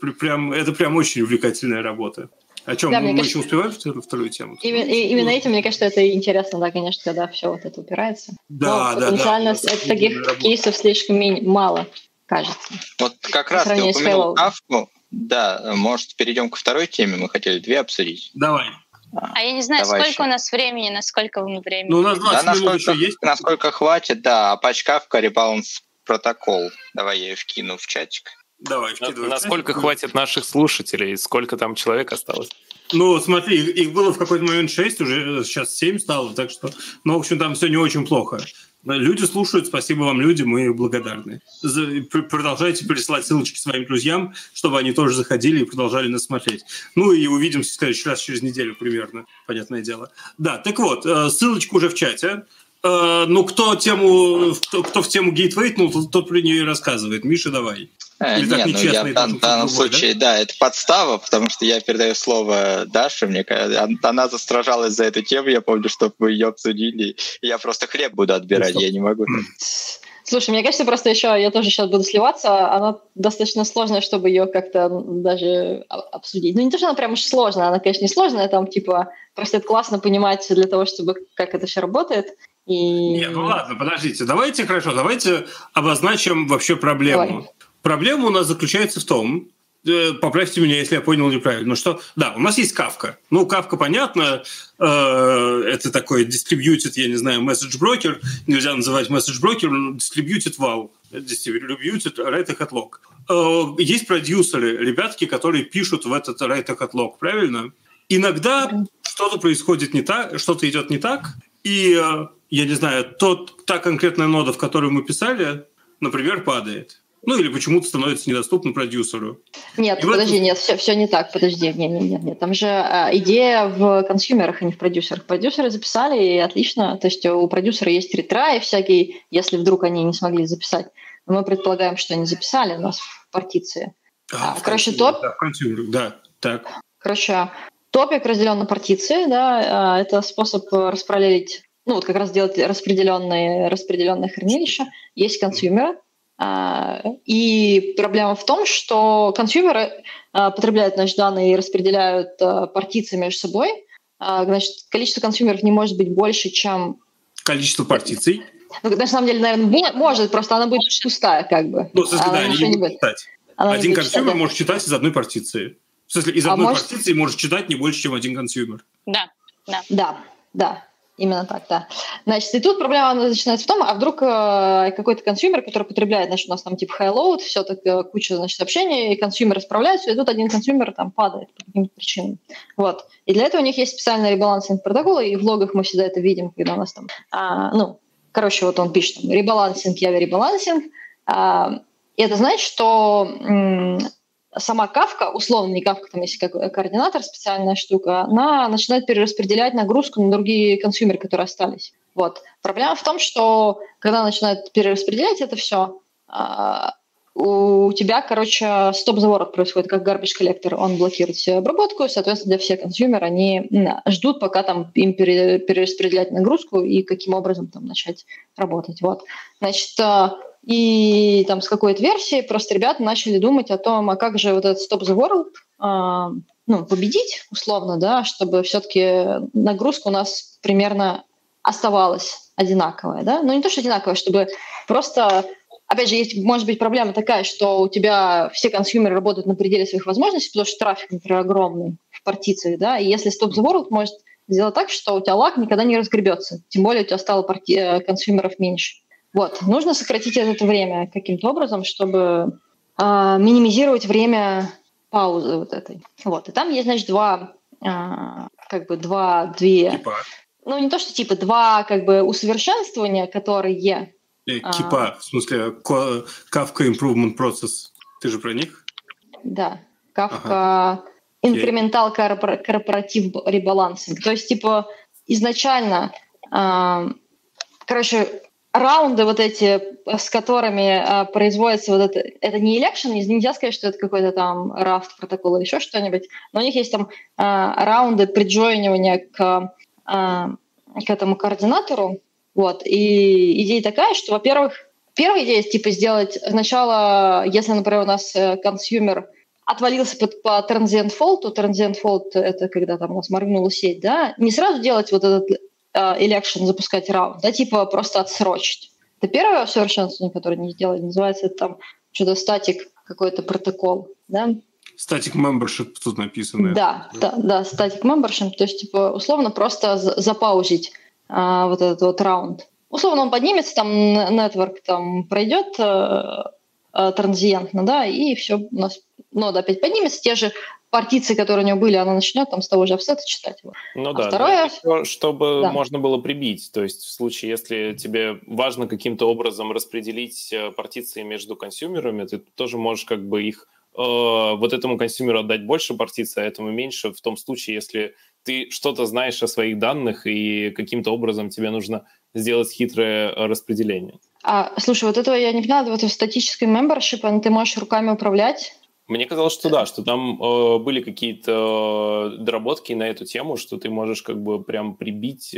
прям очень увлекательная работа. О чем? Да, мы еще успеваем вторую тему? Именно этим, мне кажется, это интересно, да, конечно, когда все вот это упирается. Да. Потенциально таких кейсов слишком мало, кажется. Вот как раз ты упомянул Кавку. Да, может, перейдем ко второй теме. Мы хотели 2 обсудить. Давай. А я не знаю, сколько у нас времени, насколько мы времени. Ну, у нас 20 минут еще есть. Насколько хватит, да. Apache Kafka Rebalance протокол. Давай я ее вкину в чатик. Давай, вкидывай. Насколько хватит наших слушателей? Сколько там человек осталось? Ну, смотри, их было в какой-то момент 6, уже сейчас 7 стало, так что... Ну, в общем, там все не очень плохо. Люди слушают, спасибо вам, люди, мы благодарны. Продолжайте пересылать ссылочки своим друзьям, чтобы они тоже заходили и продолжали нас смотреть. Ну и увидимся в следующий раз через неделю примерно, понятное дело. Да, так вот, ссылочка уже в чате. Ну, кто в тему гейтвейтнул, тот про нее и рассказывает. Миша, давай. Я в данном случае, да, это подстава, потому что я передаю слово Даше, мне кажется, она застражалась за эту тему, я помню, что мы ее обсудили, и я просто хлеб буду отбирать, я не могу. Слушай, мне кажется, просто еще, я тоже сейчас буду сливаться, она достаточно сложная, чтобы ее как-то даже обсудить. Ну, не то, что она прям уж сложная, она, конечно, не сложная, там, типа, просто это классно понимать для того, чтобы как это все работает. Нет, ну ладно, подождите, давайте обозначим вообще проблему. Давай. Проблема у нас заключается в том, поправьте меня, если я понял неправильно, что, да, у нас есть Kafka. Ну, Kafka, понятно, это такой distributed, я не знаю, message broker, нельзя называть message broker, но distributed WoW, distributed write ahead log. Есть продюсеры, ребятки, которые пишут в этот write ahead log, правильно? Иногда что-то происходит не так, что-то идет не так, и, я не знаю, та конкретная нода, в которую мы писали, например, падает. Ну, или почему-то становится недоступно продюсеру. Нет, нет, все не так, подожди, нет. Там же идея в консюмерах, а не в продюсерах. Продюсеры записали, и отлично. То есть у продюсера есть ретраи всякие, если вдруг они не смогли записать. Мы предполагаем, что они записали у нас в партиции. Короче, топик разделен на партиции, да, это способ распределить, ну, вот как раз делать распределенное хранилище. Есть консюмеры. И проблема в том, что консюмеры потребляют наши данные и распределяют партиции между собой. Значит, количество консюмеров не может быть больше, чем... Количество партиций? Ну, на самом деле, наверное, может, просто она будет пустая, как бы. Ну, в смысле, да, они не будут читать. Один консюмер может читать из одной партиции. В смысле, из одной партиции может читать не больше, чем один консюмер. Да. Именно так, да. Значит, и тут проблема начинается в том, а вдруг какой-то консюмер, который потребляет, значит, у нас там типа high-load, все так куча, значит, сообщений, и консюмеры справляются, и тут один консюмер там падает по каким-то причинам. Вот. И для этого у них есть специальный ребалансинг протоколы, и в логах мы всегда это видим, когда у нас там, вот он пишет там ребалансинг, ребалансинг. И это значит, что сама Kafka, условно не Kafka, там есть как координатор, специальная штука, она начинает перераспределять нагрузку на другие консюмеры, которые остались. Вот. Проблема в том, что когда начинает перераспределять это все, у тебя, стоп-заворот происходит, как garbage collector, он блокирует всю обработку, соответственно, все консюмеры, они ждут, пока там им перераспределять нагрузку и каким образом там начать работать. Вот. Значит, и там с какой-то версии просто ребята начали думать о том, а как же вот этот Stop the World победить, условно, да, чтобы все-таки нагрузка у нас примерно оставалась одинаковая, да, но не то, что одинаковая, чтобы просто, опять же, может быть проблема такая, что у тебя все консюмеры работают на пределе своих возможностей, потому что трафик, например, огромный в партициях, да, и если Stop the World может сделать так, что у тебя лаг никогда не разгребется, тем более у тебя стало консюмеров меньше. Вот. Нужно сократить это время каким-то образом, чтобы минимизировать время паузы вот этой. Вот. И там есть, значит, два ну, не то, что два усовершенствования, которые... в смысле Kafka Improvement Process. Ты же про них? Да. Kafka Incremental Corporative Rebalancing. То есть, изначально, раунды вот эти, с которыми производится вот это не election, нельзя сказать, что это какой-то там Raft протокол или еще что-нибудь, но у них есть там раунды приджойнивания к этому координатору. Вот. И идея такая, что, во-первых, первая идея сделать сначала, если, например, у нас консюмер отвалился по transient fault, то transient fault — это когда там у нас моргнула сеть, да, не сразу делать вот этот election, запускать раунд, да, просто отсрочить. Это первое усовершенствование, которое не сделали, называется это там что-то статик какой-то протокол, да. Static membership тут написано. Да, static membership, то есть, типа, условно просто запаузить вот этот вот раунд. Условно он поднимется, там network там пройдет транзиентно, да, и все, у нас нода опять поднимется, те же партиции, которые у него были, она начнет там с того же офсета читать. Ну да, второе, чтобы можно было прибить, то есть в случае, если тебе важно каким-то образом распределить партиции между консюмерами, ты тоже можешь как бы их вот этому консюмеру отдать больше партиций, а этому меньше, в том случае, если ты что-то знаешь о своих данных и каким-то образом тебе нужно сделать хитрое распределение. Слушай, вот этого я не поняла, вот в статической membership ты можешь руками управлять? Мне казалось, что да, что там были какие-то доработки на эту тему, что ты можешь как бы прям прибить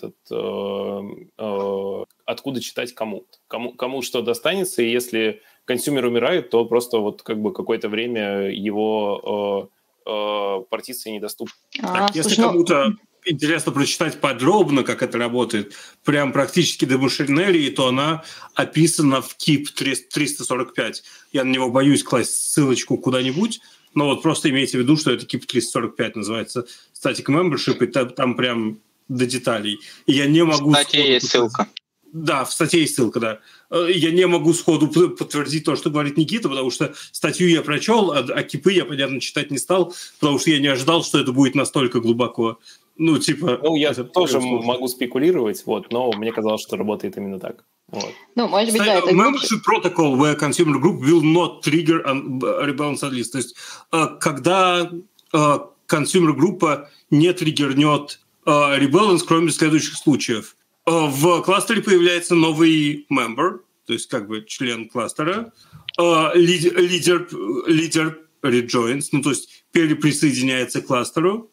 откуда читать кому что достанется, и если консюмер умирает, то просто вот как бы какое-то время его партиции недоступны. Если кому-то интересно прочитать подробно, как это работает, прям практически до машинерии, то она описана в KIP 345. Я на него боюсь класть ссылочку куда-нибудь, но вот просто имейте в виду, что это KIP 345 называется Static Membership, и там прям до деталей. И я не могу... В статье есть ссылка. Да, в статье есть ссылка, да. Я не могу сходу подтвердить то, что говорит Никита, потому что статью я прочел, а кипы я, понятно, читать не стал, потому что я не ожидал, что это будет настолько глубоко. Ну, типа... Ну, я тоже могу спекулировать, вот, но мне казалось, что работает именно так. Вот. Ну, может быть, да, это Membership protocol where consumer group will not trigger rebalanced list. То есть, когда consumer группа не триггернет rebalance, кроме следующих случаев. В кластере появляется новый member, то есть как бы член кластера, лидер rejoins, ну, то есть переприсоединяется к кластеру,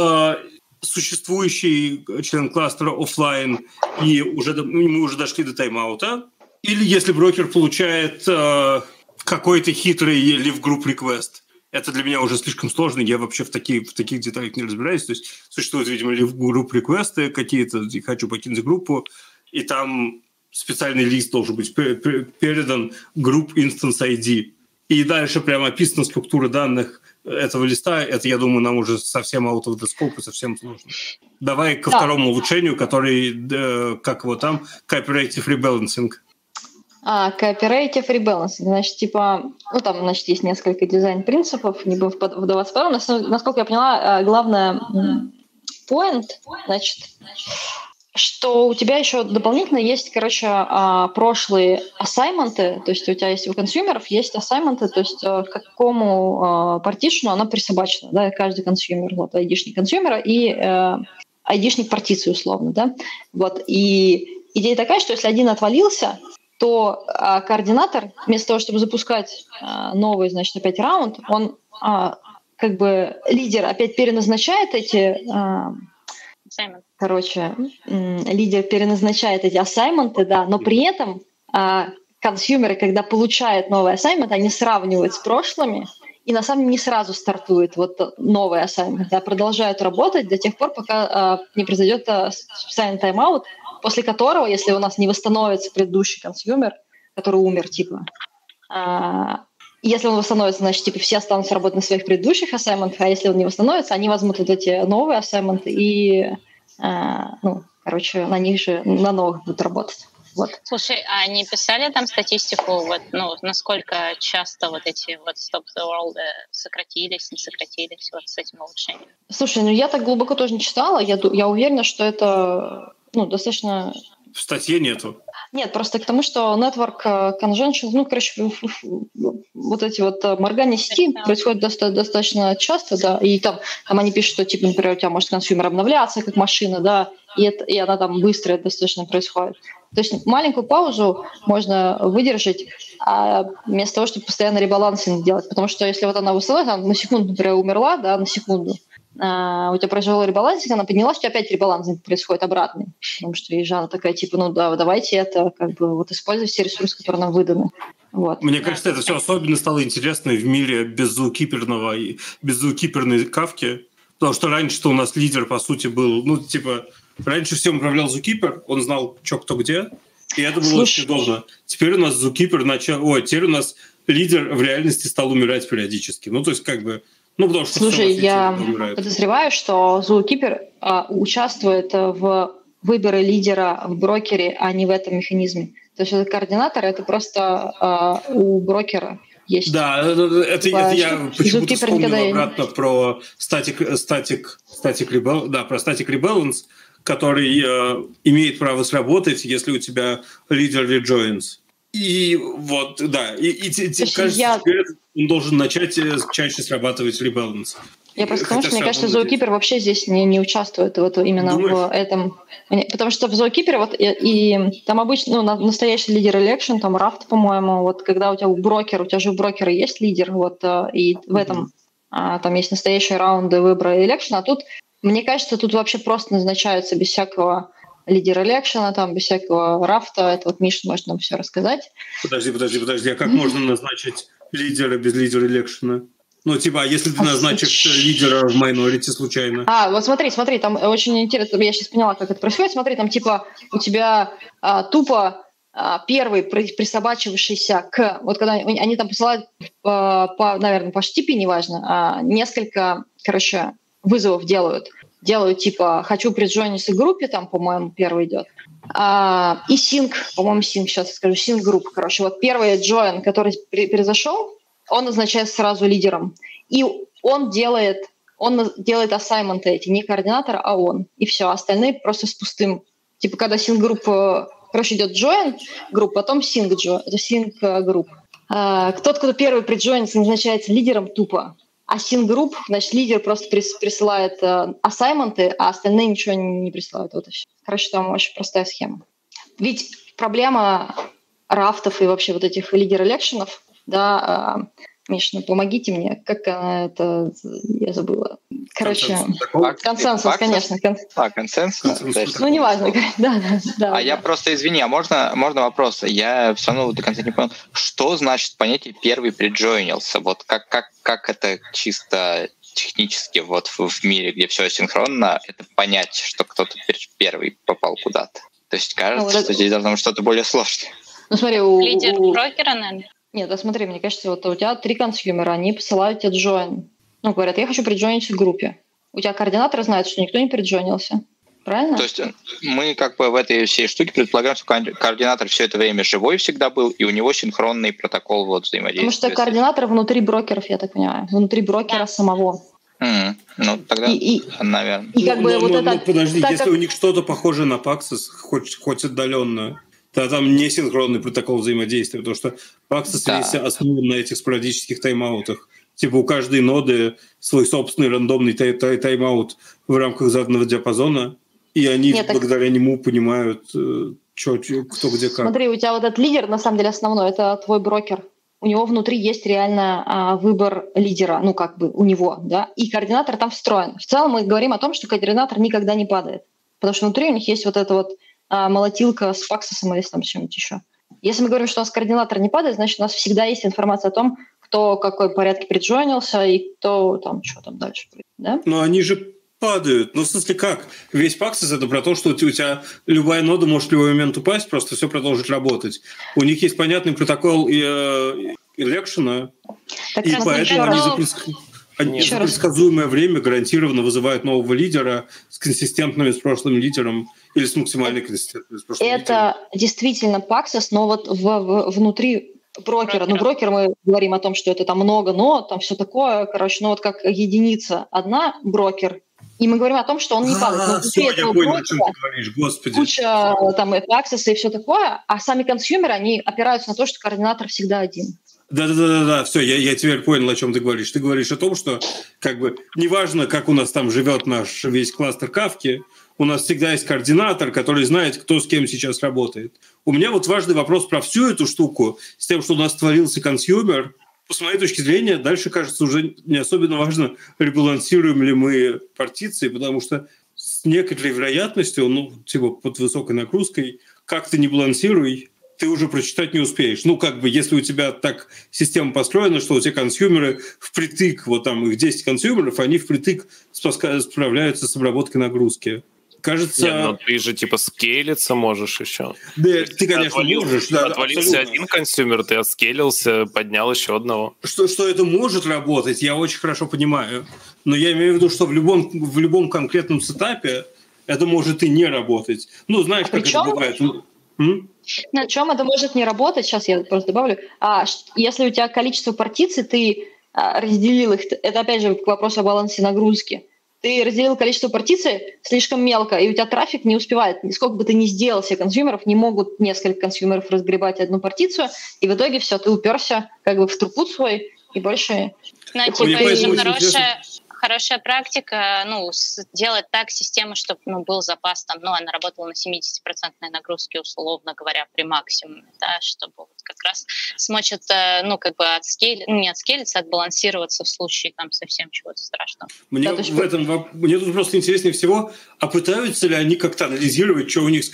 существующий член кластера офлайн, и мы уже дошли до тайм-аута, или если брокер получает какой-то хитрый leave-group request. Это для меня уже слишком сложно, я вообще в таких деталях не разбираюсь. То есть существуют, видимо, leave-group requesты какие-то, хочу покинуть группу, и там специальный лист должен быть передан group instance ID. И дальше прямо описана структура данных этого листа. Это, я думаю, нам уже совсем out of the scope и совсем сложно. Давай ко второму улучшению, который, как его там, cooperative rebalancing. Cooperative rebalancing. Значит, типа, ну, там, значит, есть несколько дизайн-принципов, не будем вдаваться в подробности. Насколько я поняла, главное point, значит, что у тебя еще дополнительно есть, короче, прошлые ассайменты, то есть у тебя есть у консюмеров есть ассайменты, то есть к какому партишну она присобачена, да, каждый консюмер, вот, айдишник консюмера и айдишник партиции условно, да, вот, и идея такая, что если один отвалился, то координатор вместо того, чтобы запускать новый, значит, опять раунд, он как бы лидер опять переназначает эти... лидер переназначает эти ассайменты, да, но при этом консюмеры, когда получают новый ассаймент, они сравнивают с прошлыми и на самом деле не сразу стартует вот новый ассаймент, а продолжают работать до тех пор, пока не произойдет специальный тайм-аут, после которого, если у нас не восстановится предыдущий консюмер, который умер, типа, если он восстановится, значит, типа, все останутся работать на своих предыдущих ассайментах, а если он не восстановится, они возьмут вот эти новые ассайменты и, на них же, на новых будут работать. Вот. Слушай, а они писали там статистику, вот, ну, насколько часто вот эти вот Stop the World сократились, не сократились вот с этим улучшением? Слушай, я так глубоко тоже не читала, я уверена, что это, достаточно... В статье нету. Нет, просто к тому, что network congestion, вот эти вот моргания сети происходят достаточно часто, да, и там они пишут, что, типа, например, у тебя может консюмер обновляться как машина, да, и она там быстро достаточно происходит. То есть маленькую паузу можно выдержать, вместо того, чтобы постоянно ребалансинг делать, потому что если вот она восстановится, она на секунду, например, умерла, да, на секунду, у тебя произошел ребалансинг, она поднялась, у тебя опять ребалансинг происходит обратный. Потому что Жанна такая, типа, давайте это, как бы, вот используйте все ресурсы, которые нам выданы. Вот. Мне кажется, это все особенно стало интересно в мире беззукиперной кавки, потому что раньше-то у нас лидер, по сути, был, раньше всем управлял Zookeeper, он знал, что кто где, и это было очень удобно. Теперь у нас Zookeeper теперь у нас лидер в реальности стал умирать периодически. Ну, то есть, как бы... Ну, потому что... Слушай, я подозреваю, что Zookeeper участвует в выборе лидера в брокере, а не в этом механизме. То есть, это координатор, это просто у брокера есть. Да, это я почему-то вспомнил обратно про Static Rebalance, который имеет право сработать, если у тебя лидер rejoins. И вот, да, и кажется, теперь он должен начать чаще срабатывать rebalance. Я просто потому что, мне кажется, Zookeeper вообще здесь не участвует вот именно в этом. Потому что в Zookeeper вот и там обычно настоящий лидер election, там Raft, по-моему, вот когда у тебя у тебя же у брокера есть лидер, вот, и в этом там есть настоящие раунды выбора election, а тут, мне кажется, тут вообще просто назначаются без всякого лидера элекшена, там, без всякого рафта. Это вот Миша может нам все рассказать. Подожди, а как можно назначить лидера без лидера элекшена? Ну, типа, а если ты назначишь лидера в minority случайно? Вот смотри, там очень интересно, я сейчас поняла, как это происходит. Смотри, там типа у тебя тупо первый присобачивавшийся к... Вот когда они там посылают, наверное, по штипе, неважно, несколько, вызовов делают типа «хочу приджойниться к группе», там, по-моему, первый идет. И sync, по-моему, сейчас скажу, sync групп. Вот первый join, который произошел, он назначает сразу лидером. И он делает ассайменты эти, не координатор, а он. И все, остальные просто с пустым. Типа, когда sync групп, идет join групп, потом sync групп. Тот, кто первый приджойнится, назначается лидером тупо. А sync-групп, значит, лидер просто присылает ассайменты, а остальные ничего не присылают. Вот и все. Там очень простая схема. Ведь проблема рафтов и вообще вот этих лидер-элекшенов, да, Миш, помогите мне, как это, я забыла. Консенсус, конечно. Консенсус? Ну, неважно. Да. Я просто, извини, а можно вопрос? Я все равно до конца не понял, что значит понятие «первый приджойнился»? Вот как это чисто технически вот в мире, где все синхронно, это понять, что кто-то первый попал куда-то? То есть кажется, что здесь должно быть что-то более сложное. Ну, смотри, лидер брокера, наверное. Нет, смотри, мне кажется, вот у тебя 3 консюмера, они посылают тебе джойн. Ну, говорят, я хочу приджойниться к группе. У тебя координатор знает, что никто не приджойнился. Правильно? То есть мы как бы в этой всей штуке предполагаем, что координатор все это время живой всегда был, и у него синхронный протокол вот взаимодействия. Потому что координатор внутри брокеров, я так понимаю. Внутри брокера самого. Ну, тогда, наверное. И как бы вот это... Подожди, если у них что-то похожее на Paxos, хоть отдаленно... Да, там не синхронный протокол взаимодействия, потому что Paxos весь основан на этих спорадических тайм-аутах. Типа у каждой ноды свой собственный рандомный тайм-аут в рамках заданного диапазона, и они благодаря нему понимают, кто где как. Смотри, у тебя вот этот лидер, на самом деле, основной, это твой брокер. У него внутри есть реально выбор лидера, ну как бы у него, да, и координатор там встроен. В целом мы говорим о том, что координатор никогда не падает, потому что внутри у них есть вот это вот молотилка с Paxos'ом или с чем-нибудь еще. Если мы говорим, что у нас координатор не падает, значит, у нас всегда есть информация о том, кто какой порядке приджойнился и кто там, что там дальше. Да? Но они же падают. Ну, в смысле, как? Весь Paxos — это про то, что у тебя любая нода может в любой момент упасть, просто все продолжит работать. У них есть понятный протокол элекшена, и поэтому они за предсказуемое время гарантированно вызывают нового лидера с консистентным с прошлым лидером или с максимальной консистентностью с прошлым лидером. Это действительно Paxos, но вот внутри брокера. Ну, брокер, мы говорим о том, что это там много нод, там все такое, ну вот как единица одна брокер, и мы говорим о том, что он не падает. Все, я понял, о чем ты говоришь, господи. Куча там Paxos и все такое, а сами консюмеры, они опираются на то, что координатор всегда один. Да, все, я теперь понял, о чем ты говоришь. Ты говоришь о том, что как бы неважно, как у нас там живет наш весь кластер Кафки, у нас всегда есть координатор, который знает, кто с кем сейчас работает. У меня вот важный вопрос про всю эту штуку, с тем, что у нас творился консюмер. С моей точки зрения, дальше, кажется, уже не особенно важно, ребалансируем ли мы партиции, потому что с некоторой вероятностью, ну, типа под высокой нагрузкой, как ты не балансируй, ты уже прочитать не успеешь. Ну, как бы, если у тебя так система построена, что у тебя консюмеры впритык, вот там их 10 консюмеров, они впритык справляются с обработкой нагрузки. Кажется... Нет, ну ты же типа скейлиться можешь еще. Да, ты конечно, можешь. Да, отвалился один консюмер, ты отскейлился, поднял еще одного. Что это может работать, я очень хорошо понимаю. Но я имею в виду, что в любом конкретном сетапе это может и не работать. Ну, знаешь, как это бывает. На чем это может не работать, сейчас я просто добавлю. Если у тебя количество партиций, ты разделил их, это опять же к вопросу о балансе нагрузки. Ты разделил количество партиций слишком мелко, и у тебя трафик не успевает. Сколько бы ты ни сделал себе консюмеров, не могут несколько консюмеров разгребать одну партицию, и в итоге все, ты уперся как бы в трупут свой, и больше... Ну, типа, это же хорошая практика, делать так систему, чтобы был запас, она работала на 70% нагрузке, условно говоря, при максимуме, да, чтобы вот как раз смочь это, не отскейлиться, отбалансироваться в случае совсем чего-то страшного. Мне тут просто интереснее всего, а пытаются ли они как-то анализировать, что у них с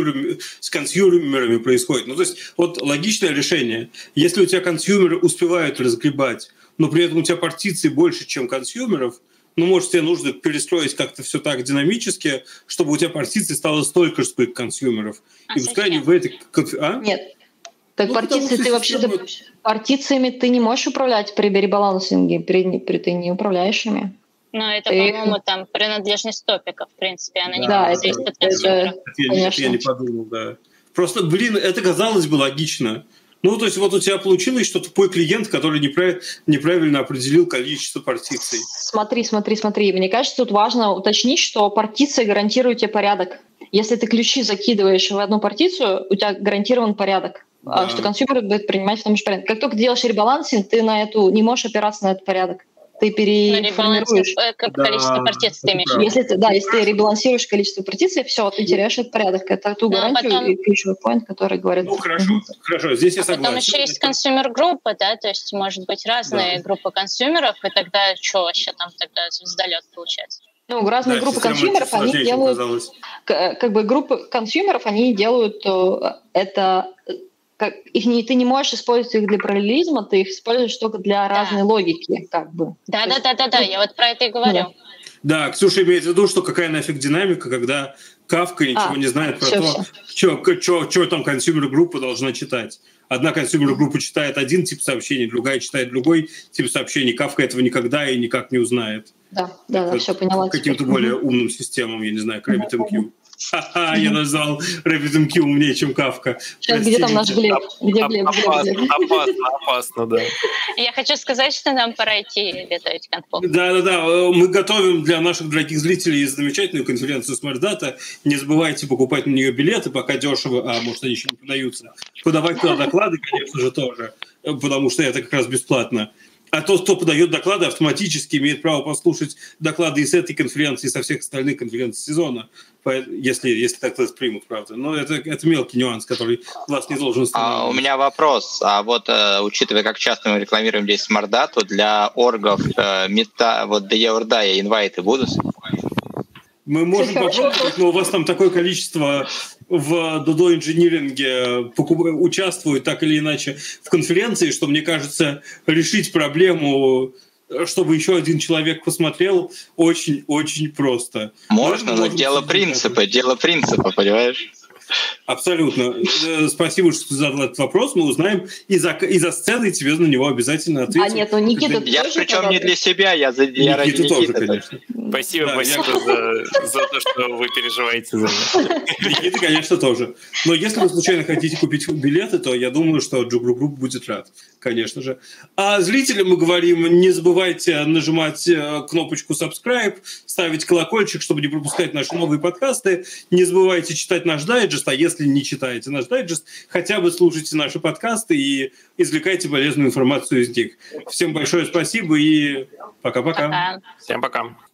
консюмерами происходит? Ну, то есть, вот логичное решение. Если у тебя консюмеры успевают разгребать, но при этом у тебя партиций больше, чем консюмеров, может, тебе нужно перестроить как-то все так динамически, чтобы у тебя партиций стало столько же, сколько консюмеров. И пускай они в этой... Нет. Так партиции ты вообще-то... Партициями ты не можешь управлять при ребалансинге, ты не управляешь ими. Но это, по-моему, там принадлежность топика, в принципе, она не зависит от консюмера. Я не подумал, да. Просто, это казалось бы логично. Ну, то есть вот у тебя получилось, что тупой клиент, который неправильно определил количество партиций. Смотри. Мне кажется, тут важно уточнить, что партиция гарантирует тебе порядок. Если ты ключи закидываешь в одну партицию, у тебя гарантирован порядок. Да. Что консюмер будет принимать в том же порядке. Как только делаешь ребалансинг, ты не можешь опираться на этот порядок. Ты переформируешь. Количество партиций ты имеешь. Если ты ребалансируешь количество партиций, все, ты теряешь этот порядок. Это ту гарантию и ключевой поинт, который говорит. Ну, хорошо, здесь я согласен. Потом еще есть консюмер-группа, да, то есть может быть разные группы консюмеров, и тогда что вообще там тогда звездолет получается? Разные группы консюмеров, они делают... группы консюмеров, они делают это... ты не можешь использовать их для параллелизма, ты их используешь только для разной логики, как бы. Да, я вот про это и говорю. Да, Ксюша имеет в виду, что какая нафиг динамика, когда Кафка ничего не знает про то, что там консюмер-группа должна читать. Одна консюмер-группа читает один тип сообщений, другая читает другой тип сообщений. Кафка этого никогда и никак не узнает. Да, все поняла. Каким-то более умным системам, я не знаю, к RabbitMQ. Ха-ха, я назвал RabbitMQ умнее, чем Кафка. Где там наш Глеб? Где Глеб? Опасно, да. Я хочу сказать, что нам пора идти готовить конфу. Да. Мы готовим для наших дорогих зрителей замечательную конференцию Smart Data. Не забывайте покупать на нее билеты, пока дешево, а может, они еще не продаются. Подавать туда доклады, конечно же, тоже, потому что это как раз бесплатно. А тот, кто подает доклады, автоматически имеет право послушать доклады и с этой конференции, и со всех остальных конференций сезона, если так примут, правда. Но это мелкий нюанс, который вас не должен останавливать. У меня вопрос. А вот учитывая, как часто мы рекламируем здесь Smart Data, для оргов для Урдая инвайты будут? Мы можем попробовать, но у вас там такое количество в Dodo инжиниринге участвует так или иначе в конференции, что, мне кажется, решить проблему, чтобы еще один человек посмотрел, очень-очень просто. Можно, но дело принципа, понимаешь? Абсолютно. Спасибо, что ты задал этот вопрос. Мы узнаем и за сценой тебе на него обязательно ответим. Нет, Никита я причем не для себя, я ради Никиты тоже, конечно. Спасибо за то, что вы переживаете за меня. Никита, конечно, тоже. Но если вы случайно хотите купить билеты, то я думаю, что Джугру Групп будет рад, конечно же. А зрителям мы говорим, не забывайте нажимать кнопочку subscribe, ставить колокольчик, чтобы не пропускать наши новые подкасты. Не забывайте читать наш дайджест, а если не читаете наш дайджест, хотя бы слушайте наши подкасты и извлекайте полезную информацию из них. Всем большое спасибо и пока-пока. Всем пока.